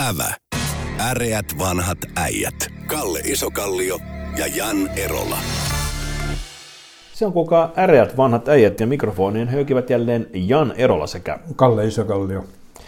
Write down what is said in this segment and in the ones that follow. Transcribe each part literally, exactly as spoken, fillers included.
Ävä. Äreät vanhat äijät. Kalle Isokallio ja Jan Erola. Se on kuka äreät vanhat äijät ja mikrofonien höykivät jälleen Jan Erola sekä Kalle Isokallio.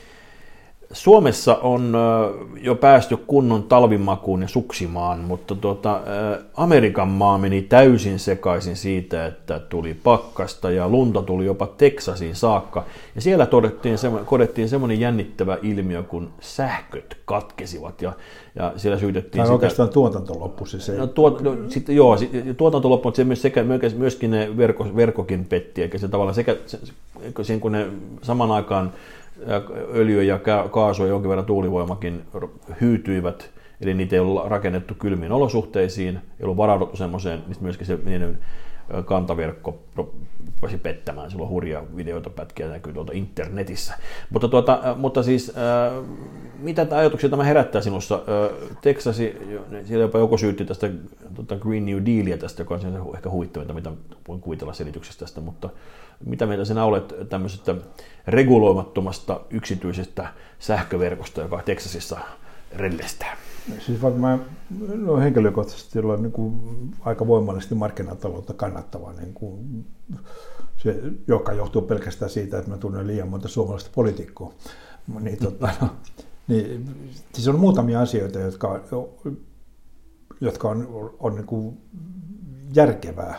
Suomessa on jo päästy kunnon talvimakuun ja suksimaan, mutta tuota, Amerikan maa meni täysin sekaisin siitä, että tuli pakkasta ja lunta tuli jopa Teksasiin saakka. Ja siellä todettiin, kodettiin semmoinen jännittävä ilmiö, kun sähköt katkesivat ja, ja siellä syytettiin tai sitä. Oikeastaan tuotanto loppui siis. No, tuot, no, sitten, joo, tuotanto loppui, mutta se myös sekä, myöskin ne verko, verkkokin petti, eikä se tavallaan sekä sen, kun ne saman aikaan öljy ja kaasu ja jonkin verran tuulivoimakin hyytyivät, eli niitä ei ollut rakennettu kylmiin olosuhteisiin, ei ollut varauduttu semmoiseen, mistä myöskin se niiden kantaverkko rupesi pettämään, silloin hurjia videoita pätkiä näkyy tuolta internetissä. Mutta, tuota, mutta siis, äh, mitä ajatuksia tämä herättää sinussa? Äh, Teksasi, siellä jopa joku syytti tästä tuota Green New Dealia tästä, joka on ehkä huvittavinta, mitä voin kuvitella selityksestä tästä, mutta mitä mieltä sinä olet tämmöisestä reguloimattomasta yksityisestä sähköverkosta, joka Teksasissa rellestää? Siis vaikka mä no henkilökohtaisesti olen niin kuin aika voimallisesti markkinataloutta kannattava, niin kuin se, joka johtuu pelkästään siitä, että mä tunnen liian monta suomalaista poliitikkoa. Niin, tota, no, niin, siis on muutamia asioita, jotka, jotka on, on niin kuin järkevää,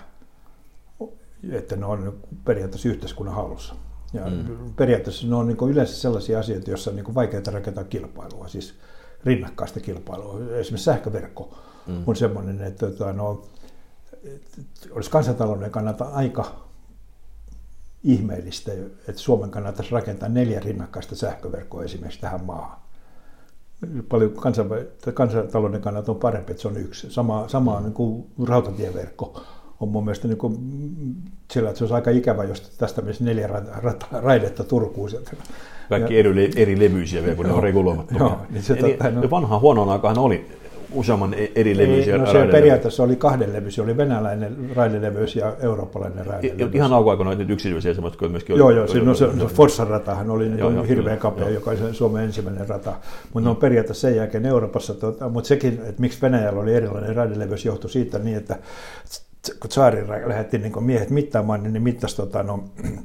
että ne on periaatteessa yhteiskunnan hallussa. Ja mm. periaatteessa ne on niin kuin yleensä sellaisia asioita, joissa on niin kuin vaikeaa rakentaa kilpailua. Siis rinnakkaista kilpailua. Esimerkiksi sähköverkko mm. on semmoinen, että, että no, olisi kansantalouden kannalta aika ihmeellistä, että Suomen kannattaisi rakentaa neljä rinnakkaista sähköverkkoa esimerkiksi tähän maahan. Paljon kansantalouden kannalta on parempi, että se on yksi. Sama, sama mm. niin kuin rautatieverkko on mun mielestä niin kuin sillä, että se olisi aika ikävä, jos tästä menisi neljä rata, raidetta Turkuun. Kaikki eri, eri levyisiä vielä, kun ne on reguloimattomia. Joo, niin se, Eli, tota, no, vanhaan huonoon aikaan oli useamman eri levyisiä no, se periaatteessa oli kahden levyisiä, oli venäläinen raidelevyys ja eurooppalainen raidelevyys. Ihan alkuaikoina oli nyt yksityisiä semmoista, jotka myöskin joo, oli. Joo, no, se, no, Forssan ratahan oli joo, niin joo, hirveän kapea, joo. Joka oli Suomen ensimmäinen rata. Mutta mm. ne on periaatteessa sen jälkeen Euroopassa, tota, mutta sekin, että miksi Venäjällä oli erilainen raidelevyys, johtui siitä niin, että kun tsaari lähetti niin miehet mittaamaan, niin ne mittasi tota, no,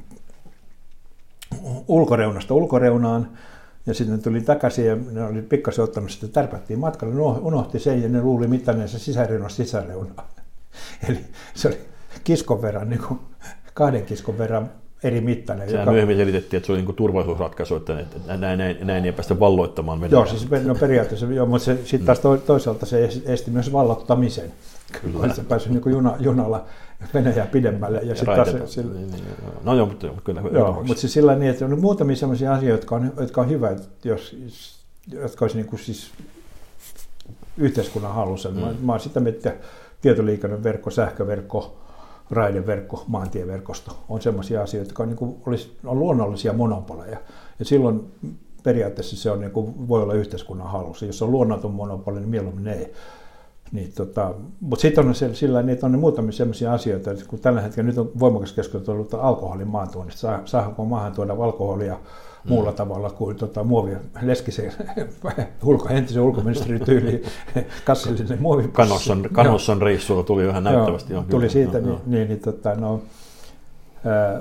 ulkoreunasta ulkoreunaan, ja sitten tuli takaisin ja ne oli pikkasen ottanut sitä, tärpättiin matkalle, ne unohti sen ja ne luuli mittaneensa sisäreunasta sisäreunaan. Eli se oli kiskon verran, niin kuin kahden kiskon verran eri mittainen. Sehän joka myöhemmin selitettiin, että se oli niin kuin turvallisuusratkaisu, että näin, näin, näin ei päästä valloittamaan Venäjää. Joo, siis no periaatteessa, joo, mutta sitten taas toisaalta se esti myös vallottamisen. Kyllä. Se pääsi niin juna, junalla Venäjää pidemmälle. Ja ja taas, sillä, no joo, mutta kyllä. Joo, mutta siis sillä niin, että on muutamia sellaisia asioita, jotka on, jotka on hyvä, jos, jotka olisi niin kuin siis yhteiskunnan hallussa. Mm. Mä, mä olen sitä mieltä, että tietoliikenneverkko, sähköverkko, raideverkko, maantieverkosto on sellaisia asioita, jotka on, niin kuin, olisi, on luonnollisia monopoleja. Ja silloin periaatteessa se on, niin kuin, voi olla yhteiskunnan hallussa. Jos on luonnoton monopoli, niin mieluummin ei. Niin, tota, mutta sitten on se, sillä että on ne muutamia sellaisia asioita, että kun tällä hetkellä nyt on voimakas keskustelu alkoholin maantuonnista, saa, saadaanko maahan tuoda alkoholia mm. muulla tavalla kuin tota, muovia leskisen ulko, entisen ulkoministerin tyyliin kassallinen muovi. Kanosson, Kanosson reissulla tuli vähän näyttävästi. Joo, tuli siitä, no, niin, niin, niin tota, no, ää,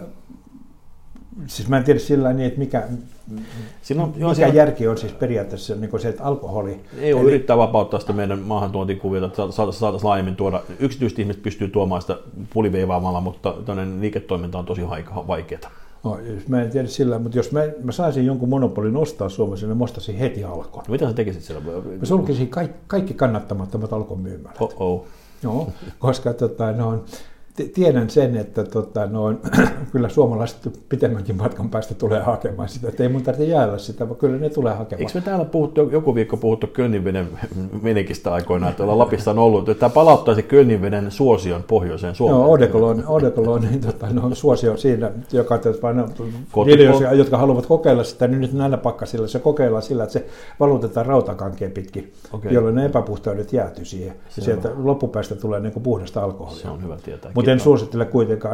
siis mä en tiedä sillä niin, että mikä, on, joo, mikä järki on siis periaatteessa niin se, että alkoholi. E U eli yrittää vapauttaa sitä meidän maahantuontikuvia, että saataisiin laajemmin tuoda. Yksityiset ihmiset pystyy tuomaan sitä puliveivaamalla, mutta liiketoiminta on tosi vaikeaa. No, mä en tiedä sillä, mutta jos mä, mä saisin jonkun monopolin ostaa Suomessa, niin mä ostaisin heti Alkon. No, mitä sä tekisit siellä? Mä sulkisin kaikki, kaikki kannattamattomat Alkon myymälät. Oh-oh. Joo, koska tota, no, tiedän sen, että tota, noin, kyllä suomalaiset pitemmänkin matkan päästä tulee hakemaan sitä, että ei mun tarvitse jäädä sitä, vaan kyllä ne tulee hakemaan. Eikö me täällä puhuttu, joku viikko puhuttu Kölninveden menekistä aikoina, että Lapissa on ollut, että tämä palauttaisi Kölninveden suosion pohjoiseen Suomeen? Joo, Odekolon, Odekolon niin, tota, no, suosio siinä, joka, no, videosia, jotka haluavat kokeilla sitä, niin nyt näillä pakkasilla se kokeillaan sillä, että se valutetaan rautakankeen pitkin, okay, jolloin ne epäpuhtaudet jäätyy siihen. Se sieltä loppupäästä tulee niin kuin puhdasta alkoholia. Se on hyvä tietää. Mutta en suosittele kuitenkaan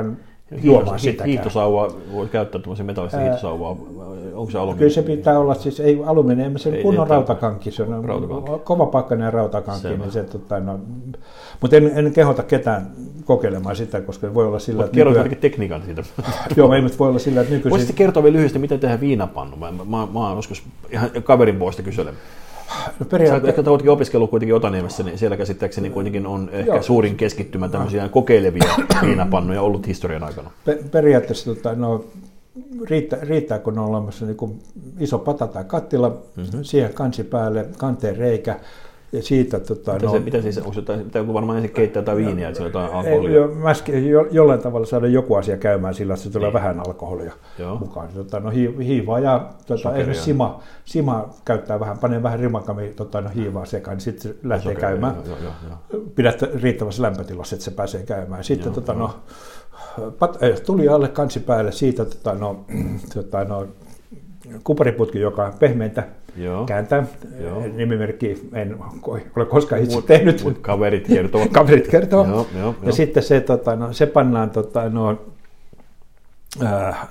juomaan sitäkään. Hiihtosauva, voi käyttää tuollaisen metallista hiihtosauvaa, onko se alumiini? Kyllä se pitää olla, siis ei alumiini, se on kunnon rautakanki, se on rautakanki. Kova pakkainen rautakanki, niin se, tota, no, mutta en, en kehota ketään kokeilemaan sitä, koska voi olla sillä, että kerro nykyään... tekniikan siitä. Joo, ei, mutta voi olla sillä, että nykyisin... Voisitko kertoa vielä lyhyesti, miten tehdään viinapannu? Mä, mä, mä, mä oon joskus ihan kaverin puolesta kyselemään. No periaatteessa... Sä ehkä oletkin opiskellut kuitenkin Otaniemessä, niin siellä käsittääkseni kuitenkin on ehkä Joo. suurin keskittymä tämmöisiä kokeilevia viinapannuja ollut historian aikana. Per- periaatteessa tota, no, riittää, riittää, kun on olemassa niin kuin iso pata tai kattila, mm-hmm. siihen kansi päälle, kanteen reikä. Ja siitä, tota, mitä, no, se, mitä siis, onko jotain, pitää varmaan ensin keittää jotain viiniä, että se on jotain alkoholia? Jo, jo, jollain tavalla saada joku asia käymään sillä, että se tulee niin. vähän alkoholia Joo. mukaan. Tota, no, hiivaa ja tota, esimerkiksi Sima, Sima käyttää vähän, panee vähän rimakami tota, no, hiivaa sekaan, niin sitten se lähtee Sokeria, käymään. Jo, jo, jo. Pidät riittävässä lämpötilassa, että se pääsee käymään. Sitten jo, tota, jo. No, pat, äh, tuli alle kansi päälle siitä tota, no, tota, no, kupariputki, joka on pehmeintä. Joo. Kääntää. Joo. Nimimerkki en ole koskaan itse mut, tehnyt. Mut kaverit kertoo. kaverit kertoo. Joo, jo, ja jo. sitten se, tota, no, se pannaan, tota, no, äh,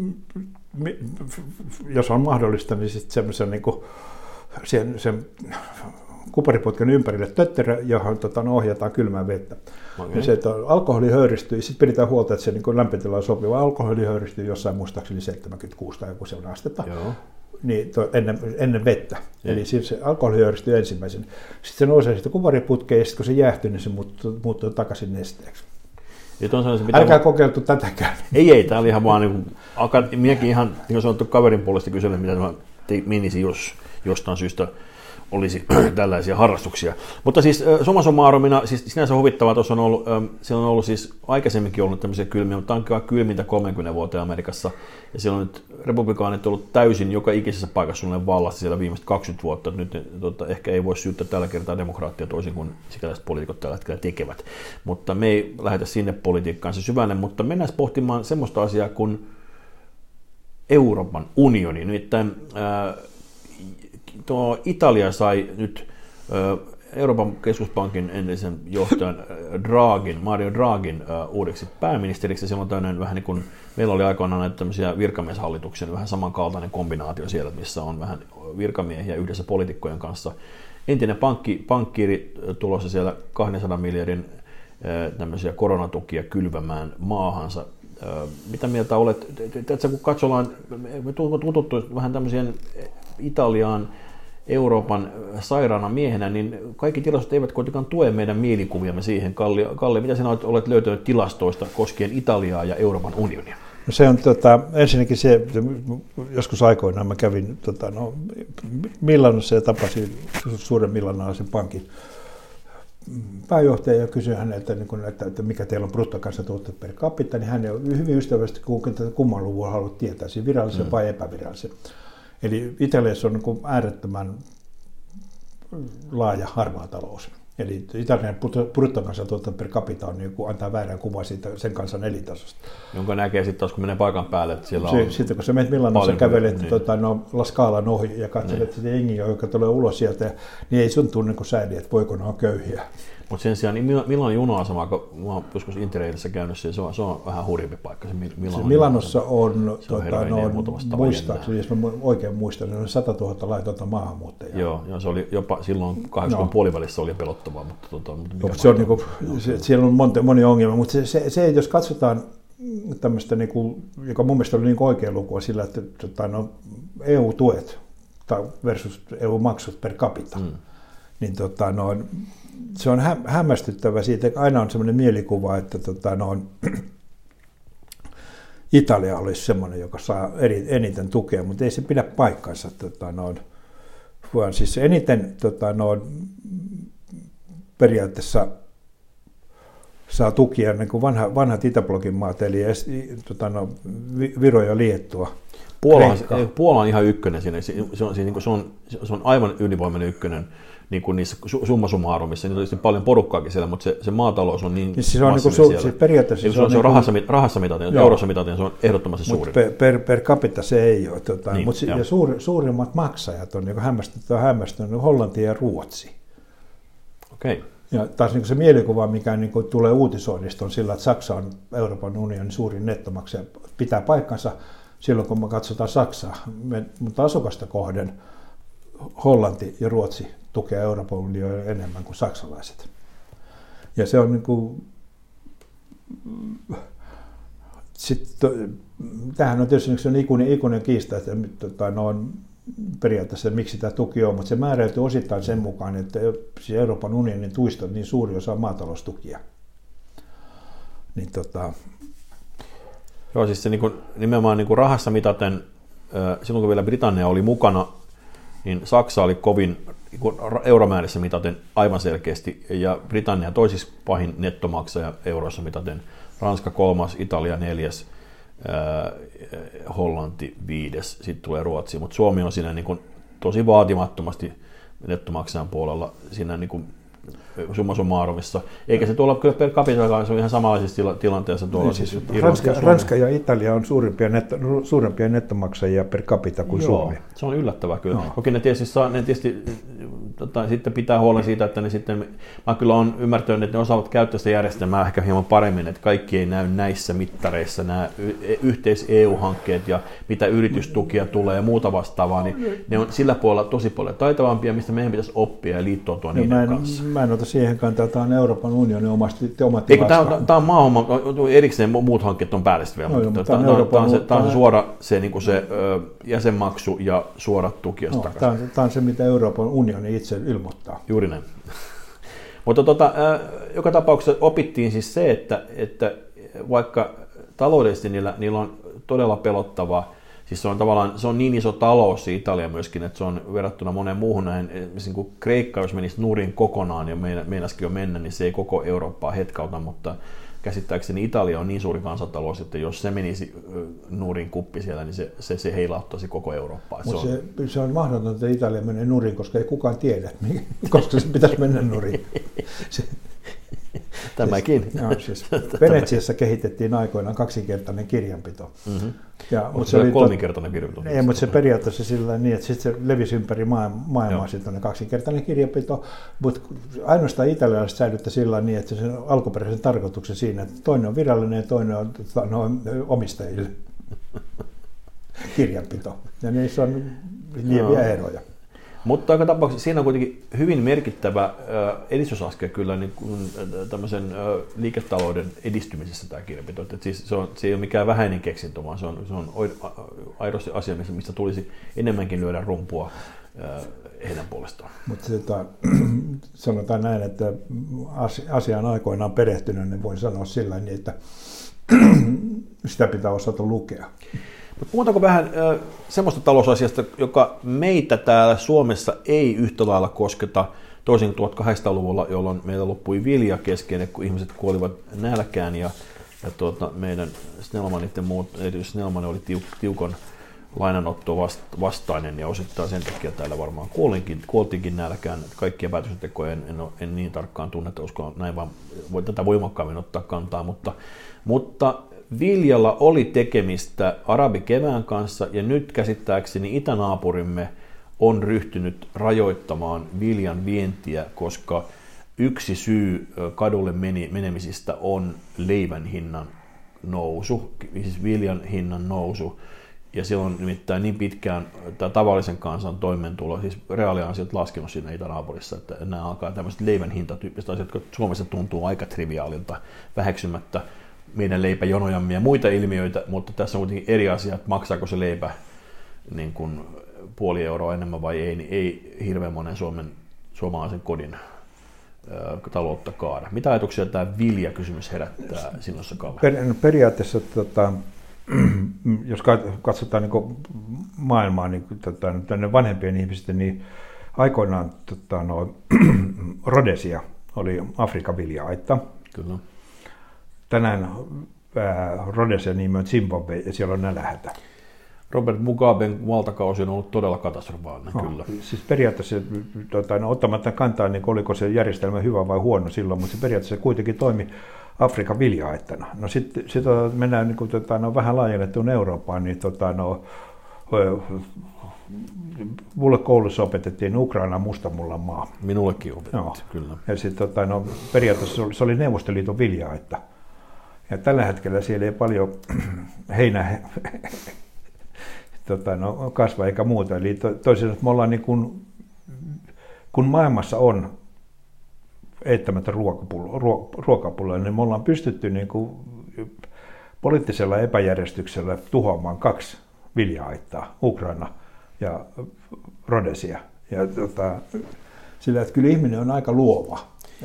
jos on mahdollista, niin sitten semmoisen niin sen, sen kupariputken ympärille tötterö, johon tota, no, ohjataan kylmää vettä. Okay. Ja se, että alkoholi höyristyy, sitten pidetään huolta, että se niin lämpötila on sopiva. Alkoholi höyristyy jossain muistaakseni seitsemänkymmentäkuusi tai joku sellainen astetta. Joo. Niin, to, ennen, ennen vettä. Ja. Eli siis se alkoholi höyristyy ensimmäisen. Sitten se nousee siitä kupariputkeen ja sitten kun se jäähtyy, niin se muuttuu, muuttuu takaisin nesteeksi. Älkää mä... kokeiltu tätäkään. Ei, ei. Tämä oli ihan vaan, niin kuin, minäkin ihan, niin kuin sanottu, kaverin puolesta kyselen, mitä mä menisin, jos jostain syystä olisi tällaisia harrastuksia. Mutta siis summa summarumina, siis sinänsä huvittavaa, tuossa on ollut, siellä on ollut siis aikaisemminkin ollut tämmöisiä kylmiä, mutta tämä on kylmintä kolmekymmentä vuoteen Amerikassa, ja siellä on nyt republikaanit ollut täysin joka ikisessä paikassa suunnilleen vallassa siellä viimeiset kaksikymmentä vuotta, nyt tota, ehkä ei voi syyttää tällä kertaa demokraattia toisin kuin sikäläiset poliitikot tällä hetkellä tekevät, mutta me ei lähdetä sinne politiikkaan se syvälle, mutta mennään pohtimaan semmoista asiaa kuin Euroopan unioni, nimittäin ää, tuo Italia sai nyt Euroopan keskuspankin entisen johtajan Draghin, Mario Draghin uudeksi pääministeriksi. Siellä on tämmöinen vähän niin kuin, meillä oli aikoinaan näitä tämmöisiä virkamieshallituksen vähän samankaltainen kombinaatio siellä, missä on vähän virkamiehiä yhdessä poliitikkojen kanssa. Entinen pankki, pankkiiri tulossa siellä kahdensadan miljardin tämmöisiä koronatukia kylvämään maahansa. Mitä mieltä olet, että kun katsotaan, me tututtu vähän tämmöiseen Italiaan, Euroopan sairaana miehenä, niin kaikki tilastot eivät kuitenkaan tue meidän mielikuviamme siihen. Kalli, Kalli, mitä sinä olet löytänyt tilastoista koskien Italiaa ja Euroopan unionia? No se on tota, ensinnäkin se, joskus aikoinaan mä kävin tota, no, Milanossa ja tapasin suuren milanalaisen pankin pääjohtaja ja kysyin häneltä, niin kun, että, että mikä teillä on bruttokansantuote per capita, niin hän hyvin ystävällisesti kumman luvun haluat tietää, siis virallisen mm. vai epävirallisen. Eli Italiassa on niin äärettömän laaja harmaa talous. Eli Italian bruttokansantuote per capita on, niin antaa väärän kuvan siitä sen kansan elintasosta. Jonka näkee sitten taas, kun menee paikan päälle, että siellä se, on sitten kun sä menet Milanossa kävelet niin. tota, no, La Scalan ohi ja katselet niin. sitä jengiä, joka tulee ulos sieltä, niin ei sun tunne kuin sääli, että voiko ne on köyhiä. Mutta sen sijaan niin Milanon juna-asema, kun mä oon joskus Interrailissa käynyt, se on, se on vähän hurjempi paikka. Se Milanon Milanossa on, se on tota, no, muistaakseni, jos mä oikein muistan, on satatuhatta laitonta maahanmuuttajaa. Joo, ja se oli jopa silloin kahdeksankymmentä no. puolivälissä oli pelottavaa. Mutta, tota, mutta no, se on niinku, se, siellä on monta, moni ongelma, mutta se, se, se, jos katsotaan tämmöistä, niinku, joka mun mielestä oli niinku oikea lukua sillä, että tota, no, E U-tuet versus E U-maksut per capita, mm. niin tota, no, se on hä- hämmästyttävä siitä, aina on semmoinen mielikuva, että tota, no, Italia olisi semmoinen, joka saa eri, eniten tukea, mutta ei se pidä paikkansa. Tota, no, vaan siis eniten tota, no, periaatteessa saa tukia niin kuin vanha, vanhat Itäblogin maat, eli tota, no, Viro ja Liettua. Puola, Puola on ihan ykkönen siinä, se on, se on, se on aivan ylivoimainen ykkönen. Niin kuin niissä summa summarumissa, niin on tietysti paljon porukkaakin siellä, mutta se, se maatalous on niin siis se on massiivinen niin siellä. Se periaatteessa se, se on, se on niin rahassa, rahassa mitaten, eurossa mitaten, se on ehdottomasti suurin. Per, per, per capita se ei ole. Tota, niin, mutta ja suuri, suurimmat maksajat on niin hämmästyttävä hämmästynyt Hollanti ja Ruotsi. Okei. Ja taas niin se mielikuva, mikä niin tulee uutisoinnista, on sillä, että Saksa on Euroopan unionin suurin nettomaksaja. Pitää paikkansa silloin, kun me katsotaan Saksaa, mutta asukasta kohden Hollanti ja Ruotsi tukee Euroopan unionia enemmän kuin saksalaiset. Ja se on niin kuin, sitten, tämähän on tietysti se on ikuinen, ikuinen kiista, että tota, no on periaatteessa miksi tämä tuki on, mutta se määräytyy osittain sen mukaan, että Euroopan unionin tuista on niin suuri osa maataloustukia. Niin, tota... Joo, siis se niin kuin, nimenomaan niin kuin rahassa mitaten, silloin kun vielä Britannia oli mukana, niin Saksa oli kovin euromäärissä mitaten aivan selkeästi, ja Britannia toisiksi pahin nettomaksaja euroissa mitaten, Ranska kolmas, Italia neljäs, äh, Hollanti viides, sitten tulee Ruotsi, mutta Suomi on siinä niin kuin tosi vaatimattomasti nettomaksajan puolella siinä niin kuin summa summarumissa, eikä se tuolla kyllä per capita, se on ihan samanlaisissa tila- tilanteessa tuolla. Niin, siis Ranska, Ranska ja Italia on suurimpia, netto, suurempia nettomaksajia per capita kuin Joo, Suomi. Se on yllättävää kyllä. No. Okei, ne tietysti, saa, ne tietysti tota, sitten pitää huolen siitä, että ne sitten, mä kyllä olen ymmärtänyt, että ne osaavat käyttää sitä järjestelmää ehkä hieman paremmin, että kaikki ei näy näissä mittareissa, nämä yhteis-E U-hankkeet ja mitä yritystukia tulee ja muuta vastaavaa, niin ne on sillä puolella tosi paljon taitavampia, mistä meidän pitäisi oppia ja liittoutua niiden mä en, kanssa. Mä en ota siihen kantaa, tämä on Euroopan unionin omasti omat Eikö, tämä on, tämä on maailman, erikseen muut hankkeet on päälle vielä, no, mutta tämä, tämä, on, tämä, on se, tämä on se suora se, niin kuin se ö, jäsenmaksu ja suorat tukiot no, takaisin. Tämä on, tämä on se, mitä Euroopan unioni itse ilmoittaa. Juuri näin. Mutta tota, joka tapauksessa opittiin siis se, että, että vaikka taloudellisesti niillä, niillä on todella pelottavaa, siis se on tavallaan se on niin iso talous se Italia myöskin, että se on verrattuna moneen muuhun näin, esimerkiksi kun Kreikka, jos menisi nurin kokonaan ja meinasikin jo mennä, niin se ei koko Eurooppaa hetkauta, mutta käsittääkseni Italia on niin suuri kansantalous, että jos se menisi nurin kuppi siellä, niin se, se, se heilauttaisi koko Eurooppaa. Mutta se, se, se on mahdotonta, että Italia menee nurin, koska ei kukaan tiedä, koska se pitäisi mennä nurin. Se, Tämäkin. Siis, no, siis Venetsiassa kehitettiin aikoinaan kaksinkertainen kirjanpito. Mm-hmm. Ja, mutta se oli kolminkertainen kirjanpito. Ei, mutta se periaatteessa sillä niin, että sitten se levisi ympäri maailmaa sitten kaksinkertainen kirjanpito, mutta ainoastaan italialaiset säilyttä sillä niin, että se on alkuperäisen tarkoituksen siinä, että toinen on virallinen ja toinen on no, omistajille kirjanpito. Ja niissä on lieviä eroja. Mutta joka tapauksessa siinä on kuitenkin hyvin merkittävä edistysaskel kyllä niin kuin tämmöisen liiketalouden edistymisessä tämä kirjanpito. Että siis se, on, se ei ole mikään vähäinen keksintö, vaan se on, se on aidosti asia, mistä tulisi enemmänkin lyödä rumpua heidän puolestaan. Mutta sanotaan näin, että asiaan aikoinaan perehtynyt, niin voin sanoa sillä niin, että sitä pitää osata lukea. Mutta puhutaanko vähän äh, semmoista talousasiasta, joka meitä täällä Suomessa ei yhtä lailla kosketa, toisin kuin tuhatkahdeksansataaluvulla, jolloin meillä loppui vilja kesken, kun ihmiset kuolivat nälkään ja, ja tuota, meidän Snellmanit ja muut, erityisesti Snellman oli tiuk, tiukon lainanotto vastainen ja osittain sen takia täällä varmaan kuolinkin, kuoltiinkin nälkään. Kaikkia päätöksentekoja en, en, en niin tarkkaan tunne, että uskon näin vaan voi tätä voimakkaammin ottaa kantaa, mutta, mutta viljalla oli tekemistä arabikevään kanssa ja nyt käsittääkseni itänaapurimme on ryhtynyt rajoittamaan viljan vientiä, koska yksi syy kadulle menemisistä on leivän hinnan nousu, siis viljan hinnan nousu. Ja silloin nimittäin niin pitkään tämä tavallisen kansan toimeentulo, siis reaaliansiot laskenut siinä itänaapurissa, että nämä alkaa tämmöiset leivän hintatyyppiset asiat, jotka Suomessa tuntuu aika triviaalilta, väheksymättä meidän leipäjonojamme ja muita ilmiöitä, mutta tässä on kuitenkin eri asia, että maksaako se leipä niin kuin puoli euroa enemmän vai ei, niin ei hirveän monen Suomen, suomalaisen kodin ää, taloutta kaada. Mitä ajatuksia tämä viljakysymys herättää sinussa, Kalle? Per, periaatteessa, tota, jos katsotaan niin maailmaa, niin tota, vanhempien ihmisten, niin aikoinaan tota, no, Rhodesia oli Afrikan vilja-aitta. Kyllä. Tänään Rhodesian nimi on Zimbabwe ja siellä on nälänhätä. Robert Mugaben valtakausi on ollut todella katastrofaalinen, no, kyllä. Siis periaatteessa, tota, no, ottamatta kantaa, niin oliko se järjestelmä hyvä vai huono silloin, mutta se periaatteessa kuitenkin toimi Afrikan vilja-aittana. No sitten sit, mennään niin kuin, tota, no, vähän laajennettuun Eurooppaan, niin tota, no, mulle koulussa opetettiin Ukraina mustamullan maa. Minullekin opetettiin, no. kyllä. Ja sitten tota, no, periaatteessa se oli, se oli Neuvostoliiton viljaa-aitta. Ja tällä hetkellä siellä ei paljon heinä tota, no, kasva eikä muuta. Eli to, toisin me ollaan niin kuin, kun maailmassa on eittämättä ruokapulloa, niin me ollaan pystytty niin kuin poliittisella epäjärjestyksellä tuhoamaan kaksi vilja-aittaa, Ukraina ja Rhodesia. Ja, tota, sillä, että kyllä ihminen on aika luova.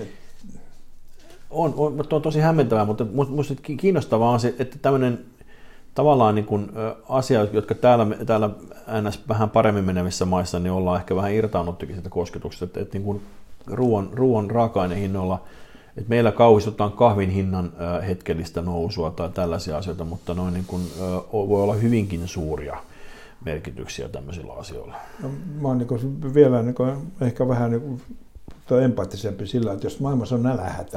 On, on, on tosi hämmentävää, mutta minusta kiinnostavaa on se, että tämmöinen tavallaan niin kuin asia, jotka täällä, täällä ns. Vähän paremmin menevissä maissa, niin ollaan ehkä vähän irtaannuttukin sitä kosketuksesta, että, että niin kuin ruoan, ruoan raaka-ainehinnoilla, että meillä kauhistutaan kahvin hinnan hetkellistä nousua tai tällaisia asioita, mutta noin niin kuin, voi olla hyvinkin suuria merkityksiä tämmöisillä asioilla. No, mä oon niin vielä niin kuin, ehkä vähän niin empaattisempi sillä, että jos maailmassa on nälänhätä,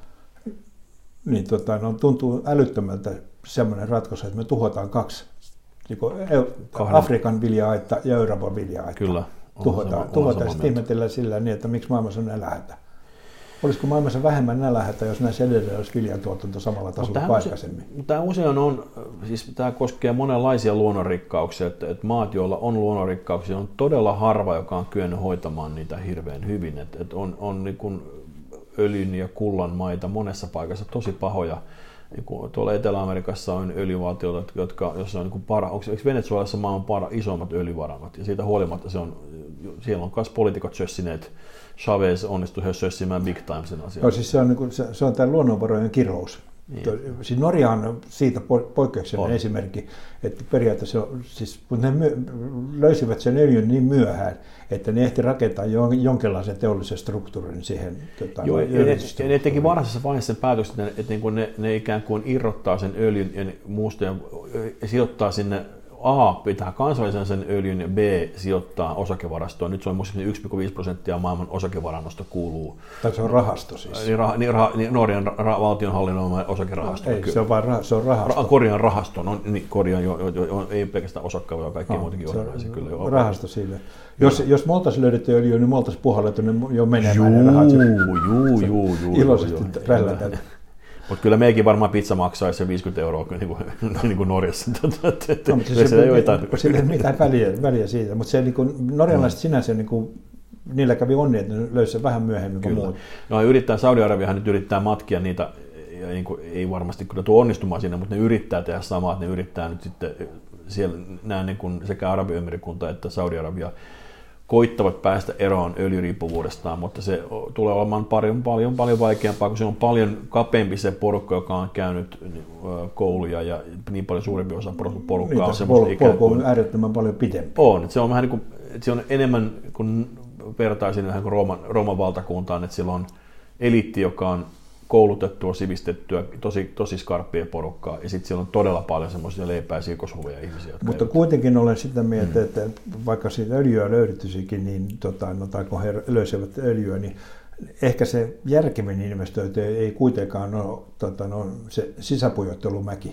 niin tota, no, tuntuu älyttömältä semmoinen ratkaisu, että me tuhotaan kaksi, niin kuin Afrikan vilja-aitta ja Euroopan vilja-aitta. Kyllä. Tuhotaan, tuhotaan ja sitten ihmetellään sillä niin, että miksi maailmassa on nälänhätä. Olisiko maailmassa vähemmän nälänhätä, jos näissä edelleen olisi viljantuotanto samalla tasolla kuin aikaisemmin? Tämä usein on, siis tämä koskee monenlaisia luonnonrikkauksia, että, että maat, joilla on luonnonrikkauksia, on todella harva, joka on kyennyt hoitamaan niitä hirveän hyvin. Että, että on on niin kuin öljyn ja kullan maita monessa paikassa tosi pahoja. Niin kuin tuolla Etelä-Amerikassa on öljyvaltioita, jotka, jossa on niin kuin para, onko Venezuelassa maailman para, isommat öljyvarannot, ja siitä huolimatta se on, siellä on myös poliitikot sössineet. Chavez onnistui sössimään big time sen asian. No, siis se on, niin kuin, se, se on tämä luonnonvarojen kirous. Niin. Siis Norja on siitä poikkeuksellinen esimerkki, että periaatteessa siis, kun ne myö, löysivät sen öljyn niin myöhään, että ne ehti rakentaa jonkinlaisen teollisen struktuurin siihen. Tota, Joo, ja ne, ja ne teki varhaisessa vaiheessa sen päätöksen, että, että niin ne, ne ikään kuin irrottaa sen öljyn ja muusta ja sijoittaa sinne A, pitää kansallisen sen öljyn ja B, sijoittaa osakevarastoon. Nyt se on muistaakseni yksi pilkku viisi prosenttia maailman osakevarannosta kuuluu. Tai se on rahasto siis. Niin, rah, niin, rah, niin Norjan ra, valtionhallinnon osakerahasto. No, ei, se on vain rah, se on rahasto. Ra, korjaan rahasto, no, niin, korjaan jo, jo, jo, ei pelkästään osakkeja, vaan kaikki no, muutenkin olennaisia. Kyllä jo rahasto sille. Jos, jos me oltaisiin löydetty öljyä, niin me oltaisiin puhallettu ne jo menemään ne rahat. Juu, juu, juu, juu. Iloisesti rällätään. Mutta kyllä meidänkin varmaan pizza maksaisi se viisikymmentä euroa niin kuin, niin kuin Norjassa. No, mutta se, se, ei ole mitään väliä, väliä siitä, mutta se, niin kuin, norjalaiset sinänsä, niin kuin, niillä kävi onni, että ne löysivät vähän myöhemmin kuin muut. No, yrittää, Saudi-Arabiahan nyt yrittää matkia niitä, ja niin kuin, ei varmasti kyllä tuo onnistumaan siinä, mutta ne yrittää tehdä samaa, että ne yrittää nyt sitten siellä nämä niin kuin sekä Arabiemirikunta että Saudi-Arabia koittavat päästä eroon öljyriippuvuudestaan, mutta se tulee olemaan paljon, paljon, paljon vaikeampaa, kun se on paljon kapeampi se porukka, joka on käynyt kouluja ja niin paljon suurempi osa porukkaa on semmoista ikään kuin... Polku on äärettömän paljon pidempi. On, se on vähän niin kuin, se on enemmän kuin vertaisin vähän kuin Rooman, Rooman valtakuntaan, että sillä on eliitti, joka on koulutettua, sivistettyä, tosi, tosi skarppia porukkaa, ja sitten siellä on todella paljon semmoisia leipää siirkoshuvia ihmisiä. Mutta eivät... kuitenkin olen sitä mieltä, mm. että vaikka siitä öljyä löydytyisikin, niin tota, no, tai kun he löysivät öljyä, niin ehkä se järkevin investointi ei kuitenkaan ole tota, no, se sisäpujottelumäki.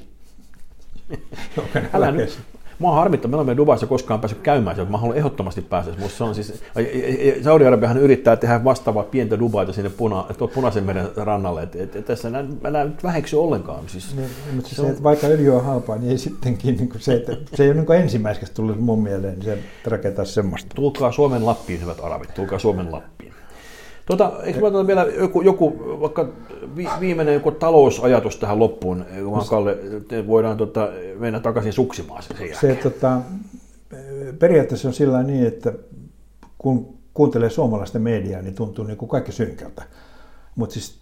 Älä nyt. Mua on harmittaa, meillä on Dubaissa koskaan päässyt käymään sieltä, mä haluan ehdottomasti päästä. Se on siis, Saudi-Arabiahan yrittää tehdä vastaavaa pientä Dubaita sinne puna, Punaisen meren rannalle, että et, et tässä mä näen nyt väheksy ollenkaan. Siis, no, mutta se se, on... että vaikka öljy on halpaa, niin ei sittenkin, niin se, että se ei ole niin ensimmäiseksi tullut mun mieleen, niin se rakentaa semmoista. Tulkaa Suomen Lappiin, hyvät arabit, tulkaa Suomen Lappiin. Tuota, eikö mä otan vielä joku, joku vaikka viimeinen joku talousajatus tähän loppuun, vaan Kalle, voidaan tota, mennä takaisin suksimaan sen jälkeen. Se, tota, periaatteessa on sillä niin, että kun kuuntelee suomalaista mediaa, niin tuntuu niin kuin kaikki synkältä. Mutta siis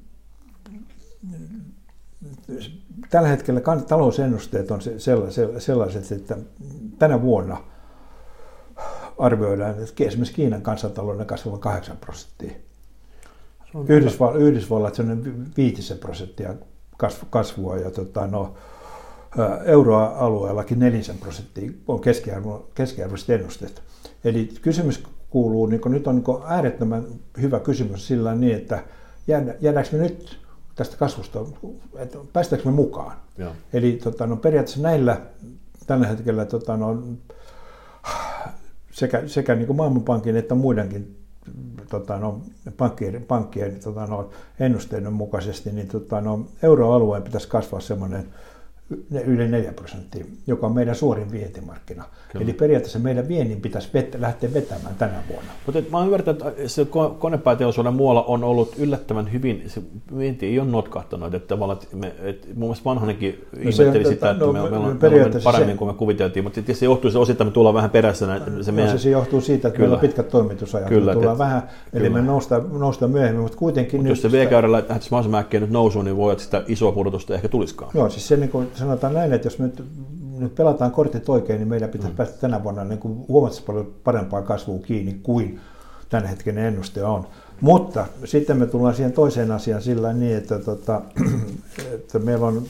tällä hetkellä talousennusteet on sellaiset, että tänä vuonna arvioidaan, että esimerkiksi Kiinan kansantalouden kasvavan kahdeksan prosenttia. Yhdysvallat, Yhdysvallat se on viitisen prosenttia kasvua ja tota, no, euroalueellakin nelisen prosenttia on keskiarvo, keskiarvoiset ennusteet. Eli kysymys kuuluu, niin nyt on niin äärettömän hyvä kysymys sillä niin, että jäädäänkö me nyt tästä kasvusta, että päästäänkö me mukaan? Joo. Eli tota, no, periaatteessa näillä tällä hetkellä tota, no, sekä, sekä niin kuin Maailmanpankin että muidenkin tota, no, pankkien, pankkien tota, no, ennusteiden mukaisesti, niin tota, no, euroalueen pitäisi kasvaa semmoinen yli neljä prosenttia, joka on meidän suurin vientimarkkina. Kyllä. Eli periaatteessa meidän viennin pitäisi vet- lähteä vetämään tänä vuonna. Mutta mä oon ymmärtänyt, että se konepäiteollisuuden muualla on ollut yllättävän hyvin, se vienti ei ole notkahtanut, että tavallaan, että me, että mun mielestä Vanhanenkin no ihmetteli se, sitä, että no, me, me, me, me ollaan paremmin se, kuin me kuviteltiin, mutta se johtuu se osittain, että me tullaan vähän perässä. Se, meidän... no, se johtuu siitä, että kyllä. meillä on pitkät toimitusajat, kyllä, me tullaan että, vähän, eli kyllä. me nousta, nousta myöhemmin, mutta kuitenkin... Mutta jos se V-käyrä lähtisi mahdollisimman äkkiä nyt nousuun, niin voi, että sitä isoa pudotusta ehkä tulisikaan. Joo, siis se niin kuin sanotaan näin, että jos me nyt, nyt pelataan kortit oikein, niin meidän pitäisi mm. päästä tänä vuonna niin kuin huomattavasti paljon parempaan kasvuun kiinni kuin tämän hetken ennuste on. Mutta sitten me tullaan siihen toiseen asiaan sillä niin, että, tota, että meillä on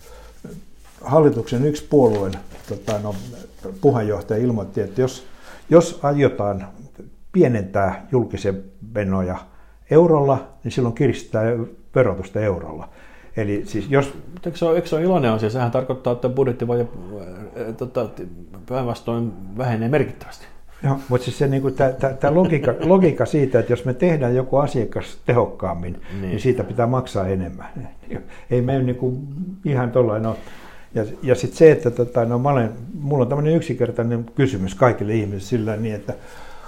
hallituksen yksi puolueen tota, no, puheenjohtaja ilmoitti, että jos, jos aiotaan pienentää julkisen menoja eurolla, niin silloin kiristetään verotusta eurolla. Eli siis jos... Eikö se ole, eikö se ole iloinen asia? Sehän tarkoittaa, että budjettivaje tota, päinvastoin vähenee merkittävästi. Joo, mutta siis se, niin tämä logiikka, logiikka siitä, että jos me tehdään joku asiakas tehokkaammin, niin, niin siitä pitää maksaa enemmän. Ei me niin kuin ihan tollainen ole. Ja, ja sitten se, että tota, no, mä olen, mulla on tämmöinen yksinkertainen kysymys kaikille ihmisille sillä niin, että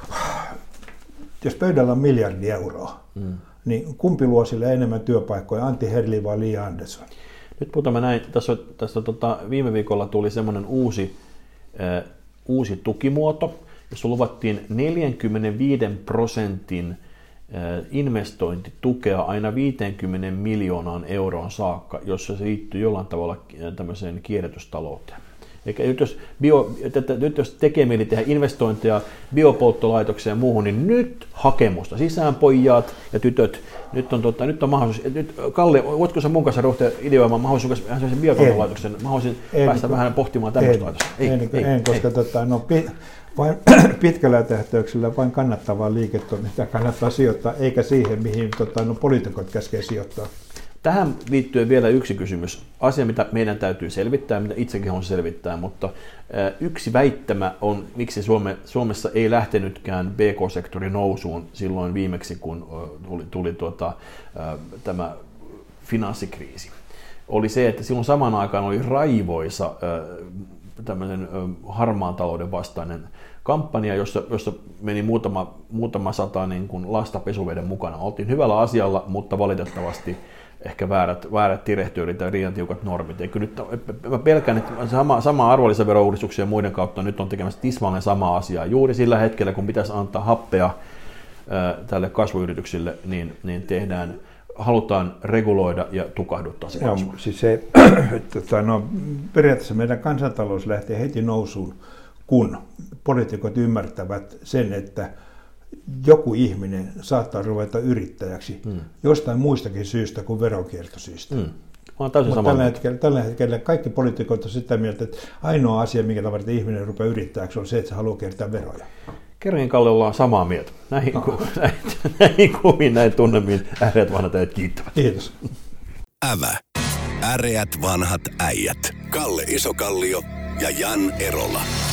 jos pöydällä on miljardi euroa, mm. niin kumpi luo sille enemmän työpaikkoja, Antti Herli vai Li Andersson? Nyt puhutaan näin, tässä, tässä tota, viime viikolla tuli semmoinen uusi, äh, uusi tukimuoto, jossa luvattiin neljänkymmenenviiden prosentin äh, investointitukea aina viisikymmentä miljoonaan euroon saakka, jossa se liittyy jollain tavalla tämmöiseen kierrätystalouteen. Eli nyt jos, bio, että, nyt jos tekee mieli tehdä investointeja biopolttolaitokseen ja muuhun, niin nyt hakemusta sisään pojat ja tytöt. Nyt on, tota, nyt on mahdollisuus. Nyt, Kalle, voitko sä mun kanssa rohtia ideoimaan mahdollisuus sen biopolttolaitoksen? Mä haluaisin päästä vähän pohtimaan tämmöistä laitosta. Ei, en, ei, en, koska ei. Tota, no, vain pitkällä tähtäyksellä vain kannattavaa liiketoimintaa kannattaa sijoittaa, eikä siihen, mihin tota, no, poliitikot käskee sijoittaa. Tähän liittyen vielä yksi kysymys. Asia, mitä meidän täytyy selvittää, mitä itsekin on selvittää, mutta yksi väittämä on, miksi Suome, Suomessa ei lähtenytkään B K-sektori nousuun silloin viimeksi, kun tuli, tuli tuota, tämä finanssikriisi. Oli se, että silloin samaan aikaan oli raivoisa tämmöinen harmaan talouden vastainen kampanja, jossa, jossa meni muutama, muutama sata niin kuin lasta pesuveden mukana. Oltiin hyvällä asialla, mutta valitettavasti ehkä väärät, väärät direktyyrit ja liian tiukat normit. Eikö nyt, mä pelkään, että sama, sama arvonlisäverouudistuksia ja muiden kautta nyt on tekemässä tismalleen samaa asiaa. Juuri sillä hetkellä, kun pitäisi antaa happea ää, tälle kasvuyrityksille, niin, niin tehdään, halutaan reguloida ja tukahduttaa se kasvu. Siis se, että, no, periaatteessa meidän kansantalous lähtee heti nousuun, kun poliitikot ymmärtävät sen, että joku ihminen saattaa ruveta yrittäjäksi hmm. jostain muistakin syystä kuin veronkiertosyistä. Hmm. Mutta tällä hetkellä, tällä hetkellä kaikki poliitikot on sitä mieltä, että ainoa asia, minkä tavalla ihminen rupeaa yrittäjäksi, on se, että se haluaa kiertää veroja. Kerran Kalle ollaan samaa mieltä. Näihin, no. ku, näin, näihin kuviin, näin tunnemiin äreät vanhat äijät kiittävät. Kiitos. Ävä. Äreät vanhat äijät. Kalle Isokallio ja Jan Erola.